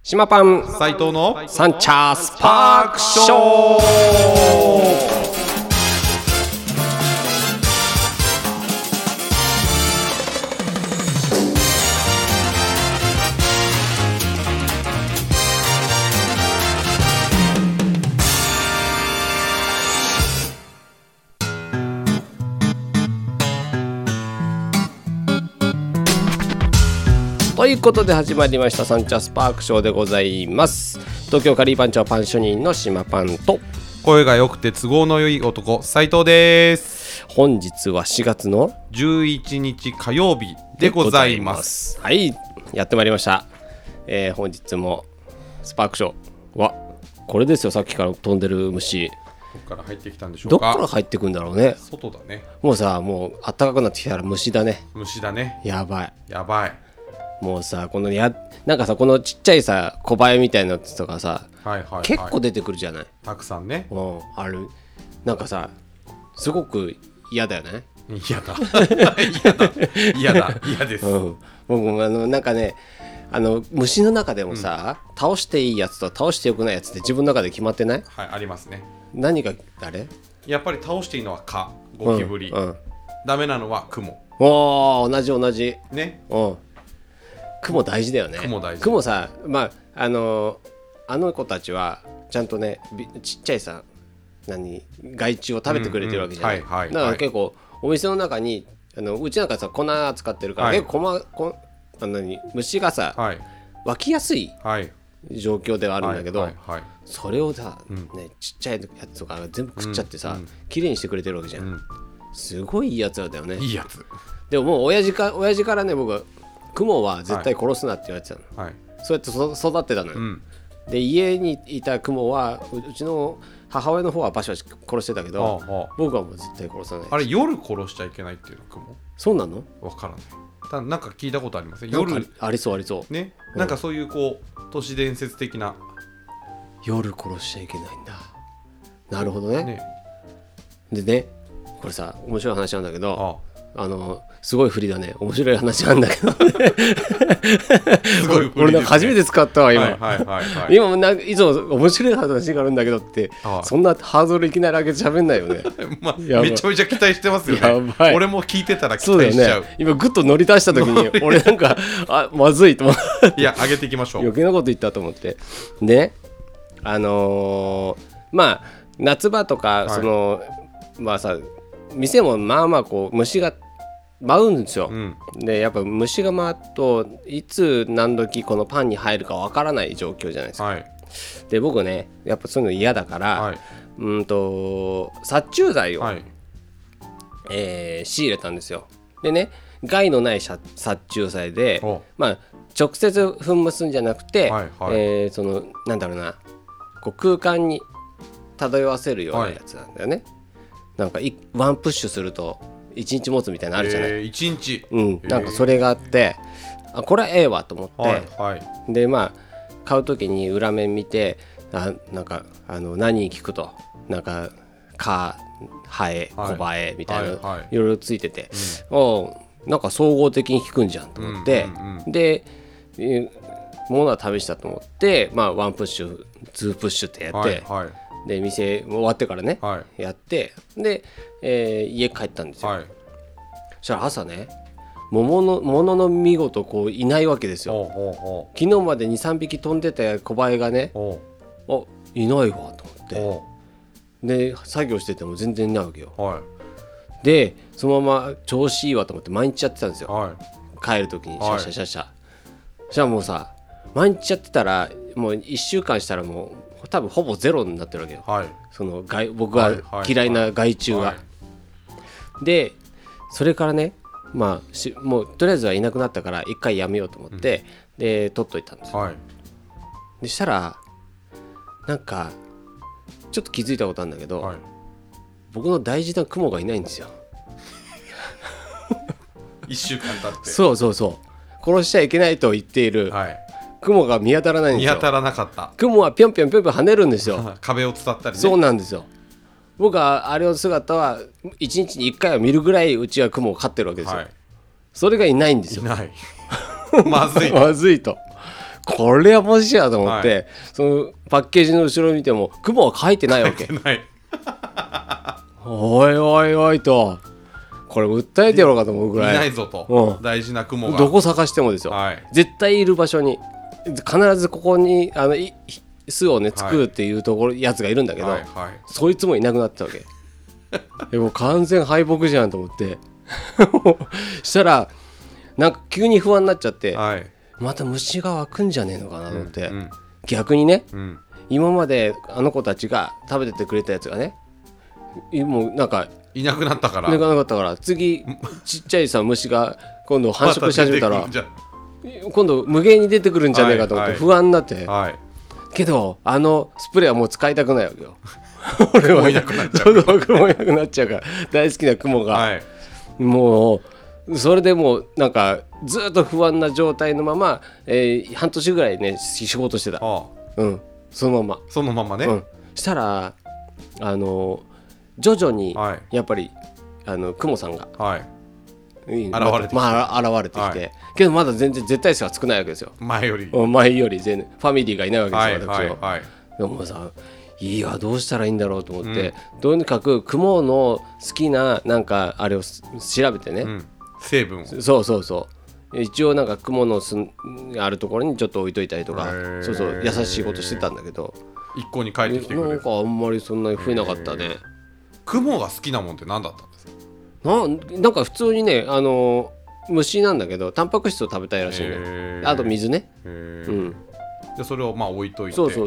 島パン斉藤のサンチャースパークショー。ということで始まりましたサンチャースパークショーでございます。東京カリー番長パン主任の島パンと声が良くて都合の良い男斉藤です。 本日は4月の 11日火曜日でございます。 はい、やってまいりました。本日もスパークショーはこれですよ。さっきから飛んでる虫、 どこから入ってきたんでしょどっうか。 から入ってくんだろうね。 外だね。 もうさ、もう暖かくなってきたら虫だね。 虫だね。 やばい。 やばい。 もうさ、このなんかさ、このちっちゃいさ小バエみたいなやつとかさ、 はいはいはい、 結構出てくるじゃない。 たくさんね。 ある。なんかさ、すごく嫌だよね。 嫌だ嫌だ嫌です、 僕もなんかね、虫の中でもさ、倒していいやつと倒してよくないやつって自分の中で決まってない？ はい、ありますね。 何があれ？ やっぱり倒していいのは蚊、ゴキブリ、ダメなのはクモ。 同じね。 雲大事だよね。雲さ、まああの子たちはちゃんとね、ちっちゃいさ、害虫を食べてくれてるわけじゃない。だから結構お店の中にうちなんかさ粉使ってるから、結構虫がさ、湧きやすい状況ではあるんだけど、それをさ、ちっちゃいやつとか全部食っちゃってさ、綺麗にしてくれてるわけじゃん。すごいいいやつだよね。 いいやつ。 でももう親父からね、僕は雲は絶対殺すなって言われてたの、そうやって育ってたのよ、で家にいた雲はうちの母親の方はバシバシ殺してたけど、僕はもう絶対殺さない。 あれ夜殺しちゃいけないっていうの雲？そうなの？わからない。ただなんか聞いたことありますね。夜ありそうね、なんかそういうこう都市伝説的な。 夜殺しちゃいけないんだ。なるほどね。でね、これさ面白い話なんだけど、すごい振りだね。面白い話なんだけど俺なんか初めて使ったわ今。今なんかいつも面白い話があるんだけどって、そんなハードルいきなり上げて喋んないよね。 めちゃめちゃ期待してますよね。俺も聞いてたら期待しちゃう。 今グッと乗り出した時に俺なんかまずいと思って、 いや上げていきましょう。 余計なこと言ったと思って。でまあ夏場とかまあさ、店もまあまあこう虫が舞うんですよ、でやっぱ虫が舞うといつ何時このパンに入るかわからない状況じゃないですか、で僕ねやっぱそういうの嫌だから、殺虫剤を、仕入れたんですよ。でね、害のない殺虫剤で、まあ直接粉末んじゃなくて、なんだろうな、こう空間に漂わせるようなやつなんだよね。なんかワンプッシュすると1日持つみたいなのあるじゃない。 1日、 なんかそれがあって、これはええわと思って、でまあ買う時に裏面見て、なんか何に効くと、なんか蚊、ハエ、コバエみたいな、いろいろついてて、なんか総合的に効くんじゃんと思って、でものは試したと思って、まあワンプッシュ2プッシュってやって、で店終わってからね、やって、で、家帰ったんですよ。そしたら朝ね、ものの見事こういないわけですよ。昨日まで 2,3 匹飛んでた小バエがね、いないわと思って、で作業してても全然いないわけよ、でそのまま調子いいわと思って毎日やってたんですよ、帰る時にシャシャシャシャ。そしたらもうさ、毎日やってたらもう1週間したらもう多分ほぼゼロになってるわけよ、その僕が嫌いな害虫が、でそれからね、まあもうとりあえずはいなくなったから一回やめようと思って、で取っといたんですよ、でしたらなんかちょっと気づいたことあるんだけど、僕の大事なクモがいないんですよ 1週間経って。 そう殺しちゃいけないと言っている、雲が見当たらないんですよ。 見当たらなかった。 雲はぴょんぴょん跳ねるんですよ壁を伝ったりね。 そうなんですよ。僕はあれの姿は1日に1回は見るぐらいうちは雲を飼ってるわけですよ、それがいないんですよ。 いないまずいまずいと、 これはもしやと思って、そのパッケージの後ろ見ても雲は書いてないわけ。 書いてないおいおいおいと、これ訴えてやろうかと思うぐらいいないぞと、大事な雲がどこ探してもですよ、絶対いる場所に必ずここに巣をね作るっていうところ、やつがいるんだけど、そいつもいなくなったわけ。でも完全敗北じゃんと思ってしたらなんか急に不安になっちゃって、また虫が湧くんじゃねえのかなと思って、逆にね、今まであの子たちが食べててくれたやつがね、もうなんかいなくなったから、 次ちっちゃいさ虫が今度繁殖し始めたら今度無限に出てくるんじゃねえかと思って不安になって、けどスプレーはもう使いたくないわけよ俺はいなくなっちゃう雲いなくなっちゃうから大好きな雲が、もうそれでもうなんかずっと不安な状態のまま、半年ぐらいね仕事してた。そのままね、したら徐々にやっぱり雲さんが、現れてきて、けどまだ全然絶対数は少ないわけですよ。前より全然ファミリーがいないわけですよ、私は。でもさ、いやどうしたらいいんだろうと思って、とにかく雲の好きななんかあれを調べてね、 成分をそう一応なんか雲のあるところにちょっと置いといたりとか、優しいことしてたんだけど、 一向に帰ってきてくれる。 なんかあんまりそんなに増えなかったね。 雲が好きなもんって何だったんですか？ なんか普通にね、虫なんだけどタンパク質を食べたいらしいね。あと水ね。 でそれをまあ置いといて。 そう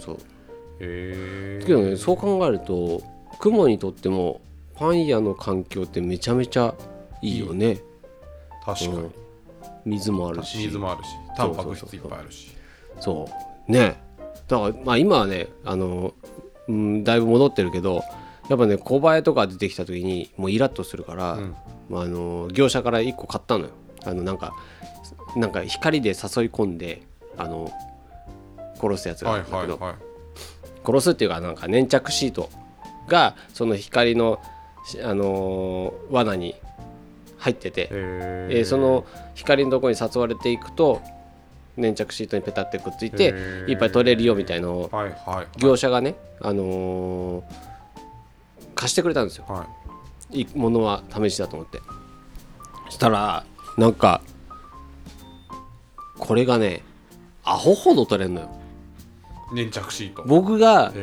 けどね、そう考えると雲にとってもパン屋の環境ってめちゃめちゃいいよね。 確かに、 水もあるしタンパク質いっぱいあるし、 そうね。だからまあ今はねだいぶ戻ってるけど、やっぱね小映えとか出てきた時にもうイラッとするから、業者から1個買ったのよ。なんか光で誘い込んで殺すやつがあるんだけど、殺すっていうかなんか粘着シートがその光の、罠に入ってて、その光のところに誘われていくと粘着シートにペタってくっついていっぱい取れるよみたいなのを業者がね、貸してくれたんですよ、いいものは試しだと思って。したらなんかこれがねアホほど取れるのよ、 粘着シート。 僕が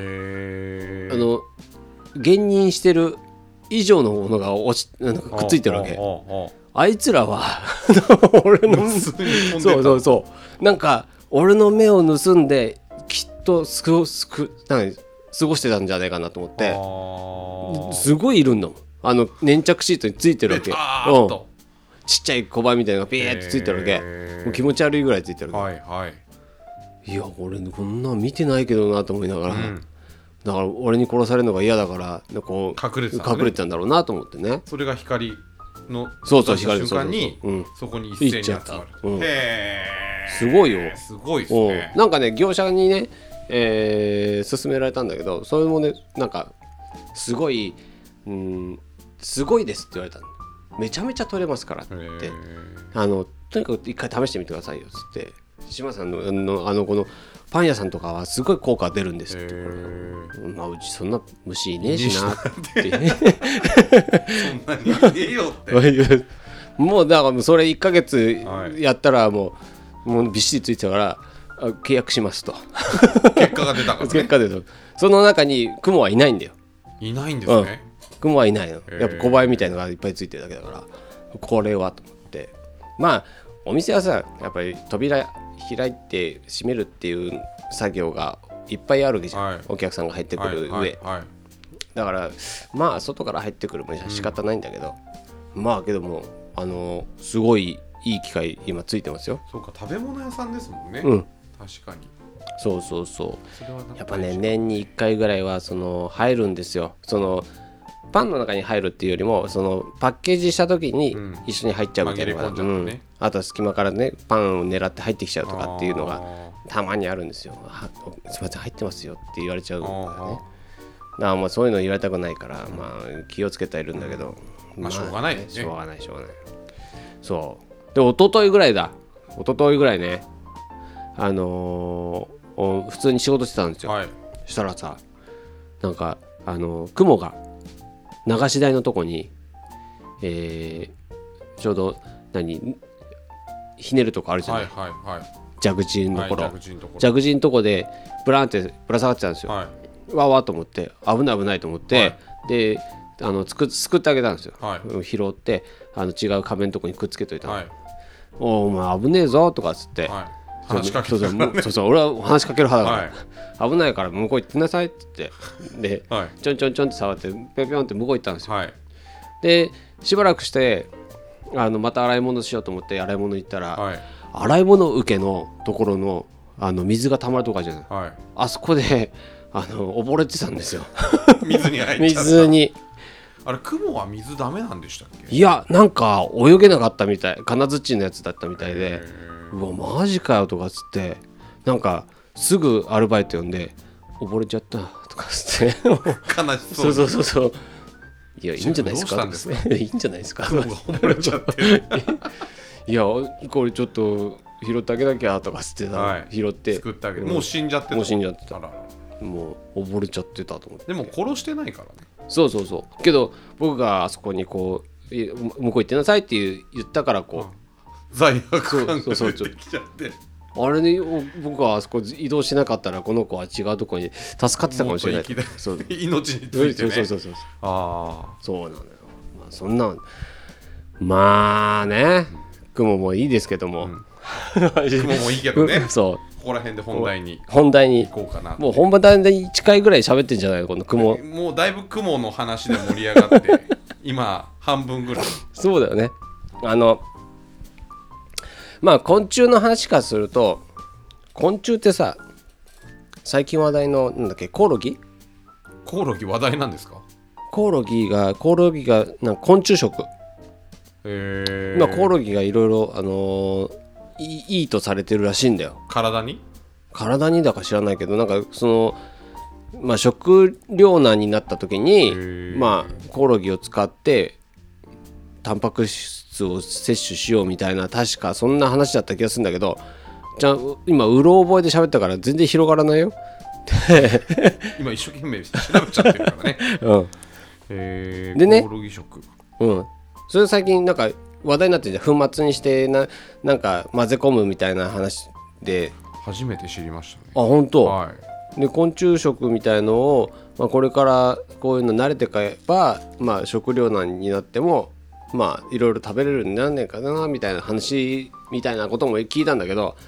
減認してる以上のものがなんかくっついてるわけ。あいつらは俺のなんか俺の目を盗んできっと過ごしてたんじゃないかなと思って、すごいいるんだもん。粘着シートについてるわけ。ちっちゃい小判みたいなのがピーってついてるわけ。もう気持ち悪いぐらいついてるわけ。いや俺こんなん見てないけどなと思いながら、だから俺に殺されるのが嫌だからこう隠れてたんだろうなと思ってね。 それが光の光の瞬間にそこに一斉に集まる。 すごいよ。 すごいですね。 なんかね業者にね、勧められたんだけど、それもねなんかすごいすごいですって言われたの。めちゃめちゃ取れますからって言って、とにかく一回試してみてくださいよっつって、島さんのこのパン屋さんとかはすごい効果出るんですって。まあうちそんな虫いねえしなってそんなにいねえよってもうだからそれ1ヶ月やったらもうびっしりついてたから契約しますと結果が出たからね。 結果出た。その中に雲はいないんだよ。 いないんですね。 雲はいないの。やっぱ小映えみたいなのがいっぱいついてるだけだから、これはと思って、まあお店はさやっぱり扉開いて閉めるっていう作業がいっぱいあるわけじゃん、お客さんが入ってくる上、だからまあ外から入ってくるもんじゃ仕方ないんだけど、まあけどもすごいいい機会今ついてますよ。 そうか、食べ物屋さんですもんね。確かに。 そうやっぱね年に1回ぐらいは入るんですよ。パンの中に入るっていうよりもパッケージした時に一緒に入っちゃうみたいなのが、あとは隙間からねパンを狙って入ってきちゃうとかっていうのがたまにあるんですよ。すいません入ってますよって言われちゃうからね。だからまあそういうの言われたくないから、まあ気をつけてはいるんだけど、 まあしょうがないですね。 しょうがない。そうで一昨日ぐらいね普通に仕事してたんですよ、はい、そしたらさなんか雲が流し台のとこに、ちょうどひねるとこあるじゃない、はいはいはい、蛇口のところ、はい、蛇口のとこでブランってぶら下がってたんですよ、はい、わわと思って危ないと思って、はい、ですくってあげたんですよ、はい、拾って違う壁のとこにくっつけといたの、はい、お前危ねえぞとかっつって、はい、話しかけるからね、そう俺は話しかける派だから、はい、危ないから向こう行ってなさいって言ってで、はい、ちょんって触ってぴょんって向こう行ったんですよ、はい、でしばらくしてまた洗い物しようと思って洗い物行ったら、はい、洗い物受けのところの水が溜まるとかじゃない、はい、あそこで溺れてたんですよ水に入っちゃった水に。 あれ雲は水ダメなんでしたっけ？ いやなんか泳げなかったみたい、金槌のやつだったみたいで、うわマジかよとかっつってなんかすぐアルバイト呼んで溺れちゃったとかっつって悲しそう。 そういやいいんじゃないですかいいんじゃないですか雲が溺れちゃっていやこれちょっと拾ってあげなきゃとかっつってさ、はい、拾って作ってあげる、もう死んじゃってた、 もう溺れちゃってたと思って。 でも殺してないからね。 そうけど僕があそこにこう向こう行ってなさいって言ったからこう、罪悪感が出てきちゃってあれに僕はあそこ移動しなかったらこの子は違うところに助かってたかもしれない。 そう命についてね。 そうなのよ、まあ、そんなまあね、雲もいいですけども、 雲もいいけどねそうここら辺で本題に行こうかな。 もう本題で近いぐらい喋ってんじゃないのこの雲。 もうだいぶ雲の話で盛り上がって今半分ぐらい。 そうだよね。まあ昆虫の話からすると、昆虫ってさ最近話題のなんだっけ、コオロギ話題なんですか？ コオロギがなんか昆虫食。今コオロギがいろいろいいとされてるらしいんだよ。体にだか知らないけど、なんかまあ、食糧難になった時に、まあ、コオロギを使ってタンパク質を摂取しようみたいな、確かそんな話だった気がするんだけど、今うろ覚えで喋ったから全然広がらないよ今一生懸命調べちゃってるからね、 でね、 コオロギ食、 それ最近なんか話題になってるじゃん。粉末にしてなんか混ぜ込むみたいな話で初めて知りましたね。 あ、本当。はい。で昆虫食みたいのを、まあ、これからこういうの慣れてかえば、まあ、食糧難になってもまあいろいろ食べれるようになんねえかなみたいな話みたいなことも聞いたんだけど、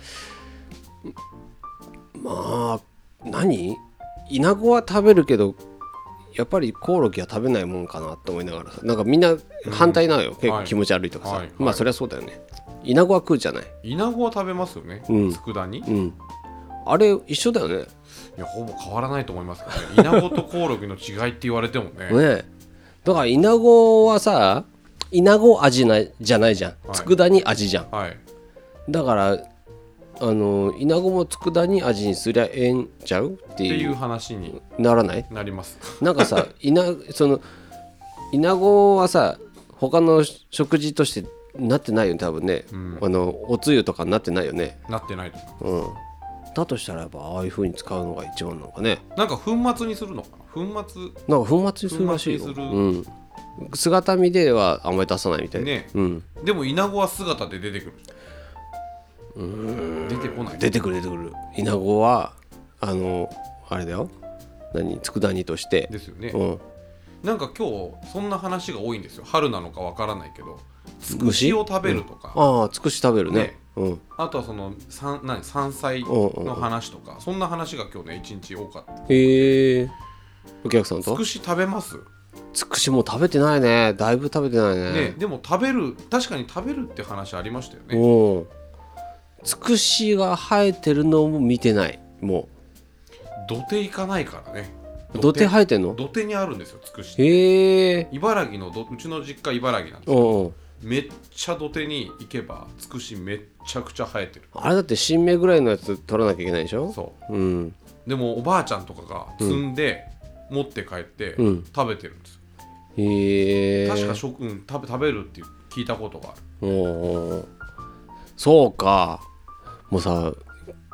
まあイナゴは食べるけどやっぱりコオロギは食べないもんかなと思いながらさ、なんかみんな反対なのよ、結構気持ち悪いとかさ、まあそりゃそうだよね。イナゴは食うじゃない。 イナゴは食べますよね、佃煮、 あれ一緒だよね。 いやほぼ変わらないと思いますけどね。イナゴとコオロギの違いって言われてもねだからイナゴはさ、イナゴ味じゃないじゃん、佃煮味じゃん、だからイナゴも佃煮味にすりゃええんちゃうっていう話にならない？ なります。 なんかさイナゴはさ他の食事としてなってないよね多分ね、おつゆとかになってないよね。 なってないと思います。 だとしたらやっぱああいう風に使うのが一番なのかね。 なんか粉末にするのかな。なんか粉末にするらしいよ。姿見ではあんまり出さないみたいね。 でもイナゴは姿で出てくる。出てこない。 出てくる。イナゴはあれだよ。佃煮としてですよね。なんか今日そんな話が多いんですよ。春なのかわからないけど、つくしを食べるとか。 つくし食べるね。 あとはその山菜の話とか、そんな話が今日ね一日多かった。 お客さんとつくし食べます？ つくしも食べてないね。だいぶ食べてないね。 でも確かに食べるって話ありましたよね。 つくしが生えてるのも見てない。もう土手行かないからね。 土手生えてんの？ 土手にあるんですよ、つくしって。茨城のうちの実家茨城なんですけど、めっちゃ土手に行けばつくしめっちゃくちゃ生えてる。 あれだって新芽ぐらいのやつ取らなきゃいけないでしょ。 そう、でもおばあちゃんとかが摘んで、持って帰って食べてるんですよ。確か食べるって聞いたことがある。 そうか。もうさ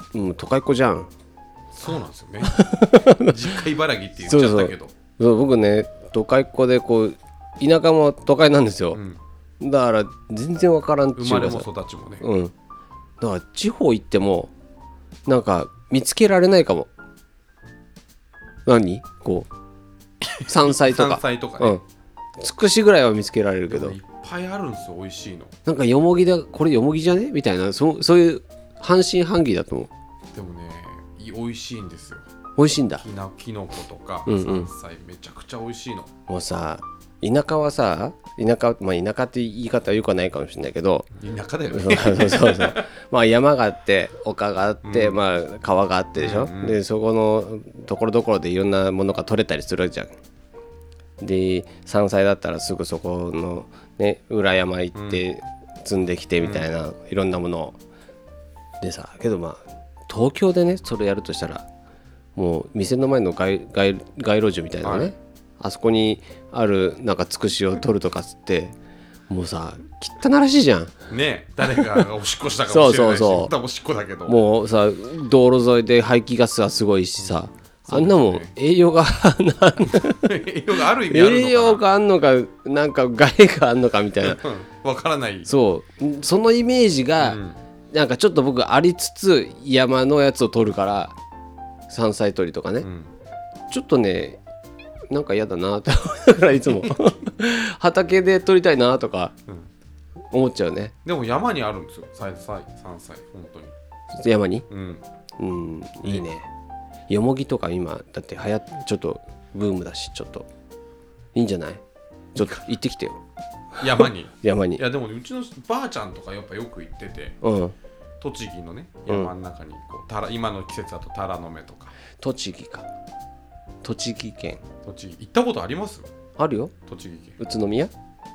都会っ子じゃん。 そうなんですよね実家茨城って言っちゃったけどそう僕ね都会っ子でこう田舎も都会なんですよ、だから全然わからんっていうか生まれも育ちもね、 だから地方行ってもなんか見つけられないかも。何こう山菜とか山菜とかね、 つくしぐらいは見つけられるけど、 いっぱいあるんですよ美味しいの。 なんかよもぎだ、これよもぎじゃねみたいな、そういう半信半疑だと思う。 でもね美味しいんですよ。 美味しいんだ。 きのことか山菜めちゃくちゃ美味しいの。 もうさ田舎はさ田舎って言い方はよくはないかもしれないけど、 田舎だよねそうまあ山があって丘があって、まあ川があってでしょ、でそこのところどころでいろんなものが取れたりするじゃん。で山菜だったらすぐそこのね裏山行って積んできてみたいな、いろんなものをでさ、けどまあ東京でねそれやるとしたらもう店の前の街路樹みたいなね、あそこにあるなんかつくしを取るとかつってもうさ汚らしいじゃんね。誰かがおしっこしたかもしれないしそうおしっこだけどもうさ道路沿いで排気ガスがすごいしさ、あんなもん栄養が栄養がある意味あるのかな、 栄養があんのかなんか害があんのかみたいなわからない。 そのイメージが、なんかちょっと僕ありつつ山のやつを取るから山菜採りとかね、ちょっとねなんか嫌だなって思いながらいつも畑で採りたいなとか思っちゃうね。 でも山にあるんですよ山菜本当に山に、いいね。よもぎとか今だってちょっとブームだし、ちょっといいんじゃない？ちょっと行ってきてよ山にいやでもうちのばあちゃんとかやっぱよく行ってて、栃木のね山の中にこう今の季節だとタラの芽とか。 栃木県行ったことあります？ あるよ。 栃木県宇都宮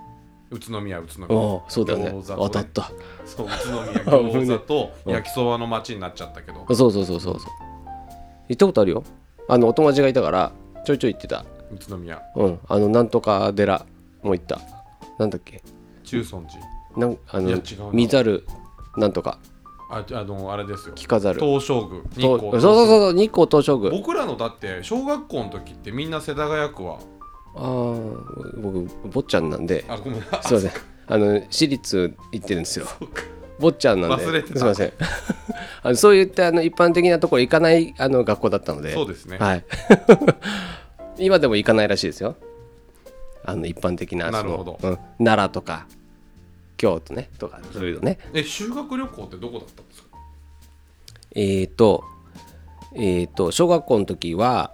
そうだよね。当たった。 そう宇都宮餃子と焼きそばの町になっちゃったけど、 そう行ったことあるよ。お友達がいたからちょいちょい行ってた。 宇都宮なんとか寺も行った。なんだっけ、 中尊寺見ざるなんとかあれですよ、 聞かざる東照宮そう日光東照宮。 僕らのだって小学校の時ってみんな世田谷区は僕坊ちゃんなんで、 ごめんすいません私立行ってるんですよ。坊ちゃんなんで忘れてた。 すいませんそういった一般的なところ行かない学校だったので。 そうですね、 はい今でも行かないらしいですよ、一般的ななるほど、 奈良とか京都ねとかそういうのね。 修学旅行ってどこだったんですか？ 小学校の時は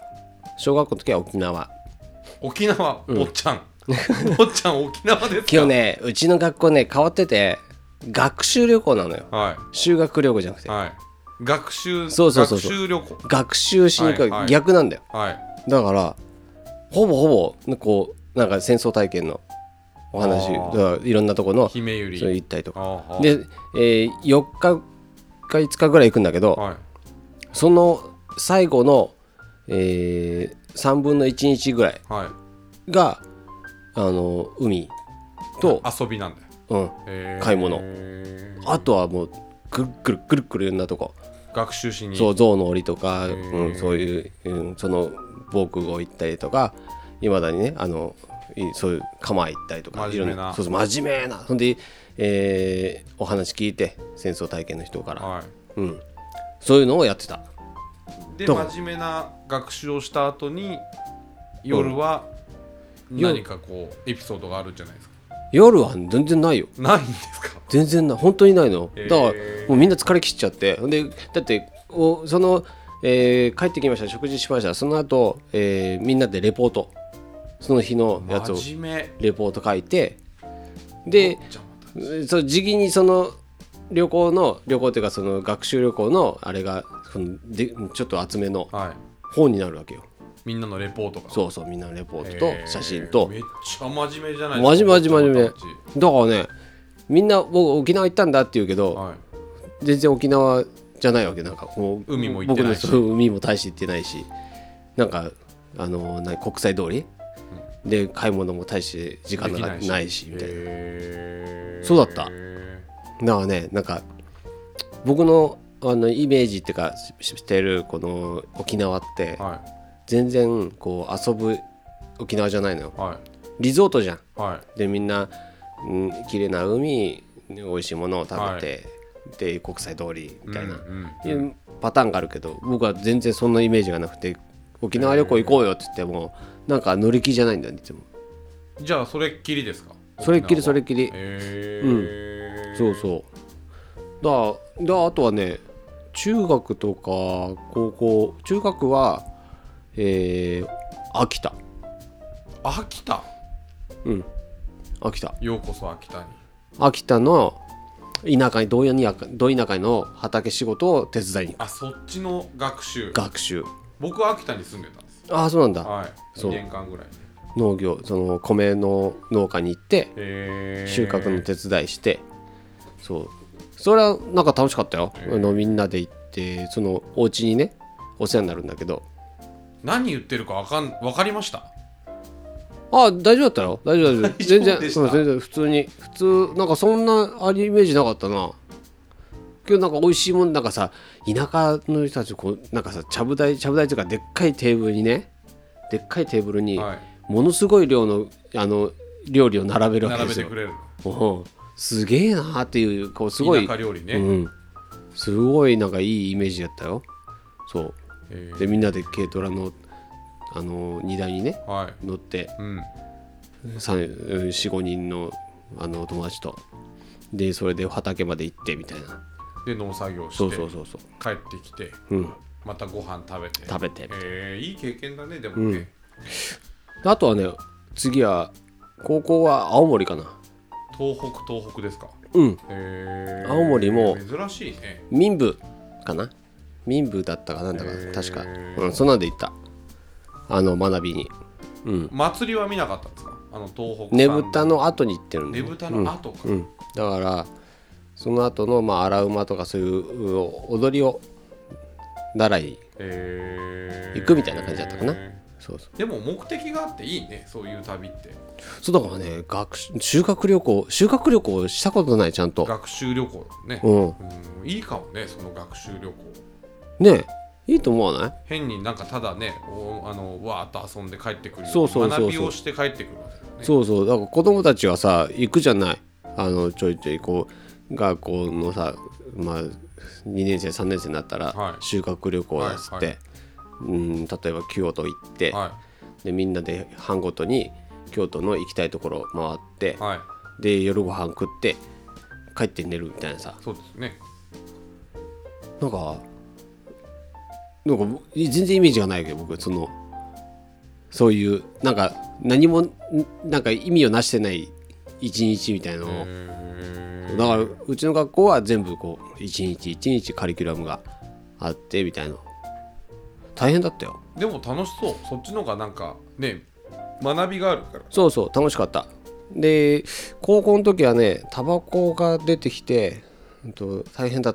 沖縄、 坊ちゃん沖縄ですか？ 今日ねうちの学校ね変わってて学習旅行なのよ、修学旅行じゃなくて、 学習旅行、 学習しに行く、逆なんだよ、だからほぼこうなんか戦争体験のお話、いろんなとこのひめゆりそれ行ったりとかで、4日か5日ぐらい行くんだけど、その最後の、3分の1日ぐらいが、海と遊びなんだよ、 買い物、あとはもうくるくるいろんなとこ学習しに、 そう象の檻とか、そういう、その防空壕行ったりとか、いまだにねそういう釜行ったりとか、 真面目な真面目な、ほんで、お話聞いて戦争体験の人から、そういうのをやってた。 で真面目な学習をした後に夜は何かこうエピソードがあるんじゃないですか？ 夜は全然ないよ。 ないんですか？ 全然ない、本当にないの。だからもうみんな疲れ切っちゃって、でだってその、帰ってきました、食事しました、その後、みんなでレポート、その日のやつをレポート書いて、でそう時期にその旅行っていうかその学習旅行のあれがでちょっと厚めの本になるわけよ、 みんなのレポートが。 そうみんなのレポートと写真と、 めっちゃ真面目じゃないですか。 真面目だからね、みんな僕沖縄行ったんだって言うけど、全然沖縄じゃないわけ。なんかもう海も行ってないし、 僕の海も大して行ってないし、なんか国際通り、で買い物も大して時間がないしみたいな。そうだった。だからね、なんか僕のイメージっていうかしてるこの沖縄って、はい、全然こう遊ぶ沖縄じゃないのよ、はい、リゾートじゃん、はい、でみんな、綺麗な海美味しいものを食べて、はい、で国際通りみたいな、いうパターンがあるけど、僕は全然そんなイメージがなくて、沖縄旅行行こうよって言ってもなんか乗り気じゃないんだよね、いつも。 じゃあそれっきりですか？ それっきりそうそうだ。あとはね、中学とか高校、中学は秋田。秋田、 ようこそ秋田に。 秋田の田舎にど田舎の畑仕事を手伝いに行く。 そっちの学習。僕は秋田に住んでたんです。 そうなんだ。 はい、2年間ぐらい農業、その米の農家に行って収穫の手伝いして、それはなんか楽しかったよ。みんなで行って、そのお家にねお世話になるんだけど、 何言ってるか分かりました？ 大丈夫だったよ。大丈夫全然普通なんかそんなイメージなかったな。けどなんか美味しいもん、なんかさ、田舎の人たちこうなんかさ、ちゃぶ台というかでっかいテーブルにものすごい量の料理を並べるわけですよ。 並べてくれる。 すげえなっていう、こうすごい田舎料理ね、 すごいなんかいいイメージだったよ。そうでみんなで軽トラの荷台にね、乗って、4、5人の友達とで、それで畑まで行ってみたいな、 で農作業して、帰ってきて、またご飯食べて、いい経験だね。でもね、 あとはね、次は高校は青森かな。 東北ですか？ 青森も珍しいね。 民部かな、民部だったかなんだか確か、そんなんで行った、学びに。 祭りは見なかったんですか？東北ねぶたの後に行ってるんで、 ねぶたの後か、 だからその後の荒馬とかそういう踊りを習い行くみたいな感じだったかな。 でも目的があっていいね、そういう旅って。 そうだからね、修学旅行したことない。ちゃんと学習旅行ね、いいかもね、その学習旅行ね。いいと思わない？ 変になんかただね、わーっと遊んで帰ってくるように学びをして帰ってくるわけだね。 そうだから子供たちはさ、行くじゃない。ちょいちょいこう学校のさ、2年生3年生になったら修学旅行ですって、例えば京都行って、でみんなで班ごとに京都の行きたいところ回って、で夜ご飯食って帰って寝るみたいなさ。 そうですね。 なんか全然イメージがないけど、僕そういうなんか何もなんか意味をなしてない一日みたいなのを、だからうちの学校は全部こう一日一日カリキュラムがあってみたいな。大変だったよ。 でも楽しそう。そっちの方がなんかね、学びがあるから。 そう楽しかった。で高校の時はね、タバコが出てきて、大変だった。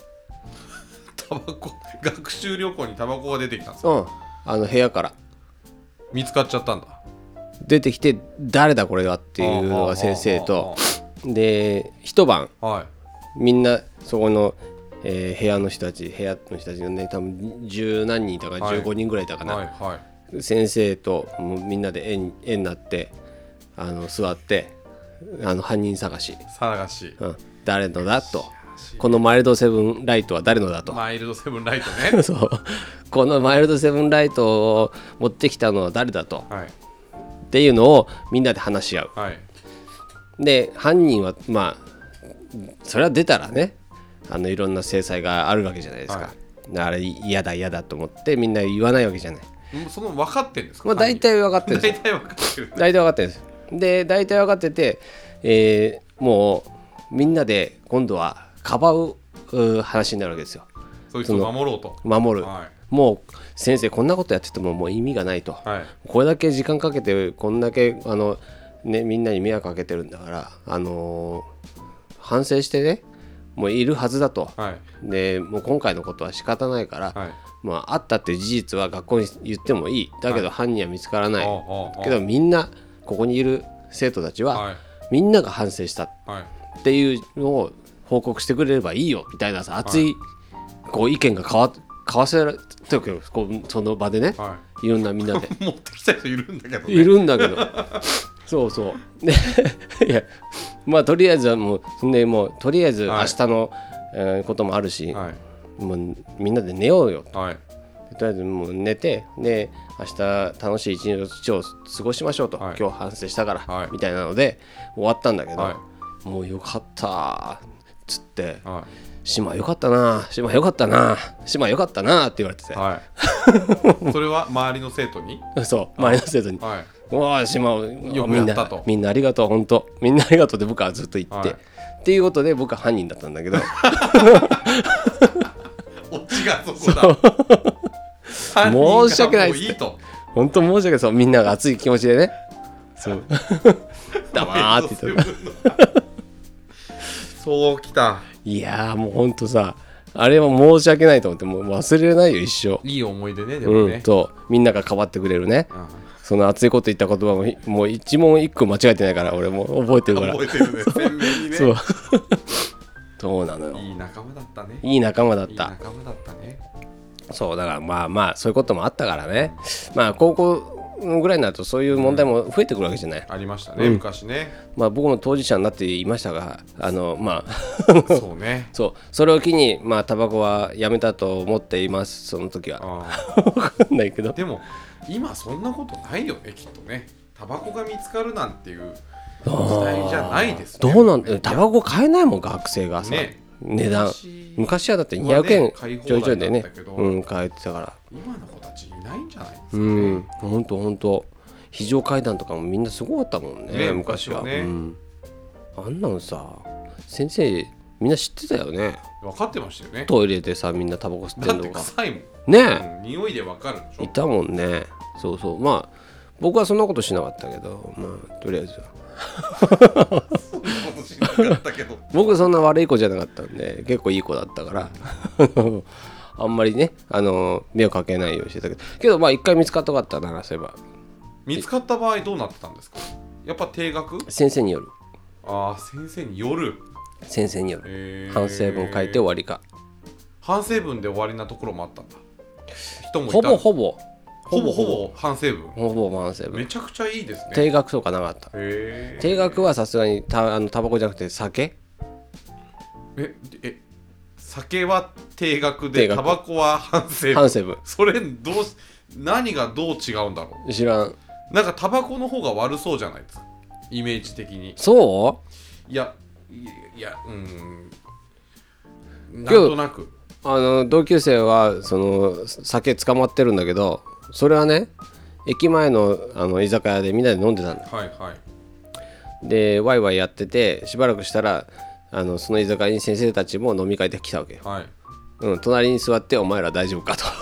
学習旅行にタバコが出てきたんですか？ 部屋から見つかっちゃったんだ。 出てきて、誰だこれはっていうのが先生と、で一晩、みんなそこの、部屋の人たちがね、多分10何人いたか15人ぐらいいたかな、先生ともうみんなで円になって座って犯人探し、誰のだと、このマイルドセブンライトは誰のだと。 マイルドセブンライトねそう、このマイルドセブンライトを持ってきたのは誰だと、っていうのをみんなで話し合う、で犯人はそれは出たらね、いろんな制裁があるわけじゃないですか、あれ嫌だと思ってみんな言わないわけじゃない。 その分かってるんですか？ 大体分かってるんです。大体分かってるんです。で大体分かってて、もうみんなで今度はかばう話になるわけですよ。 そういう人を守ろうと。 もう先生こんなことやっててももう意味がないと、これだけ時間かけてこんだけみんなに迷惑かけてるんだから、反省してね、もういるはずだと、でもう今回のことは仕方ないから、あったっていう事実は学校に言ってもいい。だけど犯人は見つからない、けどみんなここにいる生徒たちは、みんなが反省したっていうのを報告してくれればいいよみたいなさ、熱いこう意見が交わせられてるけど、こうその場でね、いろんなみんなで持ってきた人いるんだけどね。 いるんだけどそうそうでいやまあとりあえずはもうとりあえず明日の、こともあるし、もうみんなで寝ようよ、とりあえずもう寝て、で明日楽しい一日を過ごしましょうと、今日反省したから、みたいなので終わったんだけど、もうよかったっつって、島よかったな、島よかったな、島よかったなって言われてて、 それは周りの生徒にそう周りの生徒に、うわ島をよくやったと、 みんなありがとう、本当みんなありがとうって僕はずっと言って、っていうことで僕は犯人だったんだけどオチがそこだ申し訳ないですって本当申し訳ない、みんなが熱い気持ちでね、そう黙って言ったそうきた。 いやもうほんとさ、あれは申し訳ないと思って、もう忘れられないよ一生。 いい思い出ね、でもね、 みんながかばってくれるね、その熱いこと言った言葉もう一問一句間違えてないから、俺も覚えてるから覚えてるね、鮮明にねそうなのよ。 いい仲間だったね。 いい仲間だった。 いい仲間だったね。 そうだから、まあそういうこともあったからね、まあ高校ぐらいになるとそういう問題も増えてくるわけじゃない、 ありましたね、昔ね。 まあ僕も当事者になっていましたが、まあそうねそれを機にまあタバコはやめたと思っています、その時は。分かんないけど、 でも今そんなことないよね、きっとね。タバコが見つかるなんていう時代じゃないですね。 どうなんタバコ買えないもん、学生がさ、値段昔はだって200円ちょいちょいでね、買えてたから。 今の子たちいないんじゃないですかね。 ほんと非常階段とかもみんなすごかったもんね、昔はね。あんなのさ、先生みんな知ってたよね。 分かってましたよね。 トイレでさ、みんなタバコ吸ってんのがだって臭いもんね、 匂いで分かるでしょ。 いたもんね。そうまあ僕はそんなことしなかったけど、まあとりあえずはそんなことしなかったけど僕そんな悪い子じゃなかったんで、結構いい子だったからあんまりね、目をかけないようにしてたけど、まあ一回見つかったかったな、そういえば。 見つかった場合どうなってたんですか。やっぱ定額？ 先生による。 先生による。 先生による。反省文書いて終わりか。 反省文で終わりなところもあったんだ。人もいた。 ほぼ反省文。 ほぼ反省文。 めちゃくちゃいいですね。 定額とかなかった。定額はさすがにタバコじゃなくて酒。 酒は定額でタバコは反省文。それ何がどう違うんだろう。 知らん。 なんかタバコの方が悪そうじゃないですか、イメージ的に。 そう？ いやなんとなく同級生はその酒捕まってるんだけど、それはね、駅前の居酒屋でみんなで飲んでたんだ。でワイワイやってて、しばらくしたらその居酒屋に先生たちも飲み会で来たわけよ。隣に座って、お前ら大丈夫かと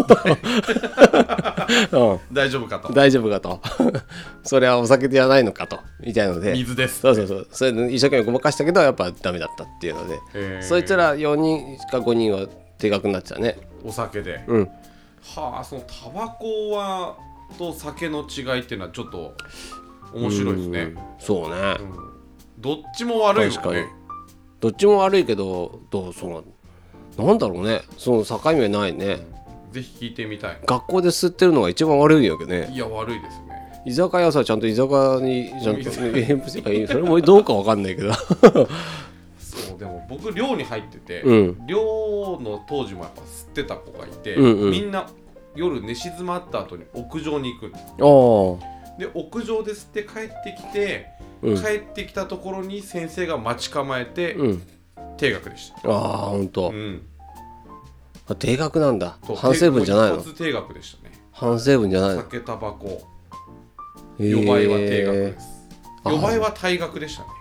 大丈夫かとそれはお酒じゃないのかとみたいので、 水です。 そうそれで一生懸命ごまかしたけどやっぱダメだったっていうので、そいつら4人か5人は定額になってたね、 お酒で。そのタバコと酒の違いっていうのはちょっと面白いですね。 そうね、 どっちも悪いよね。 どっちも悪いけど、なんだろうね、その境目ないね。 ぜひ聞いてみたい。 学校で吸ってるのが一番悪いわけね。 いや悪いですね。 居酒屋さ、ちゃんと居酒屋にちゃんとそれもどうか分かんないけどそうでも僕寮に入ってて、寮の当時もやっぱ吸ってた子がいて、みんな夜寝静まった後に屋上に行く。で屋上で吸って帰ってきて、帰ってきたところに先生が待ち構えて、定額でした。 ほんと。定額なんだ。反省文じゃないの？ 一発定額でしたね。 反省文じゃないの？ 酒タバコ予売は定額です。予売は退額でしたね。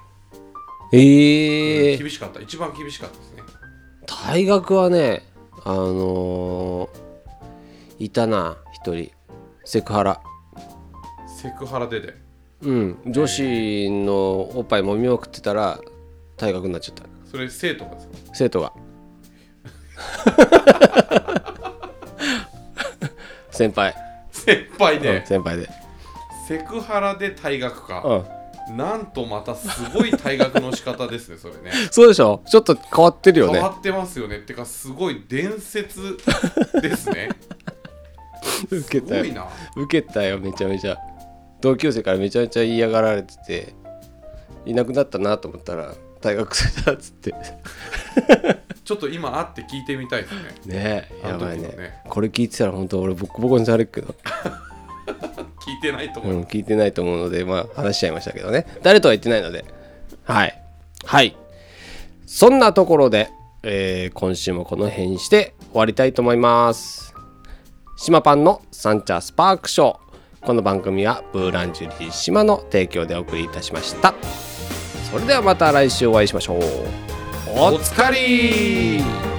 厳しかった。一番厳しかったですね。 退学はね、いたな、一人。セクハラで女子のおっぱい揉みまくってたら退学になっちゃった。 それ生徒がですか？ 生徒が先輩でセクハラで退学か。 なんとまたすごい退学の仕方ですねそれね。 そうでしょ、ちょっと変わってるよね。 変わってますよね。ってかすごい伝説ですね。 受けたよ、すごいな。受けたよ、めちゃめちゃ。同級生からめちゃめちゃ嫌がられてて、いなくなったなと思ったら退学されたっつってちょっと今会って聞いてみたいですね。 ねえ、やばいね。これ聞いてたら本当俺ボコボコにされるけど聞いてないと思う、 聞いてないと思うので、まあ話しちゃいましたけどね。誰とは言ってないので、はいはい、そんなところで、今週もこの辺にして終わりたいと思います。島パンのサンチャスパークショー、この番組はブーランジュリー島の提供でお送りいたしました。それではまた来週お会いしましょう。おつかりー。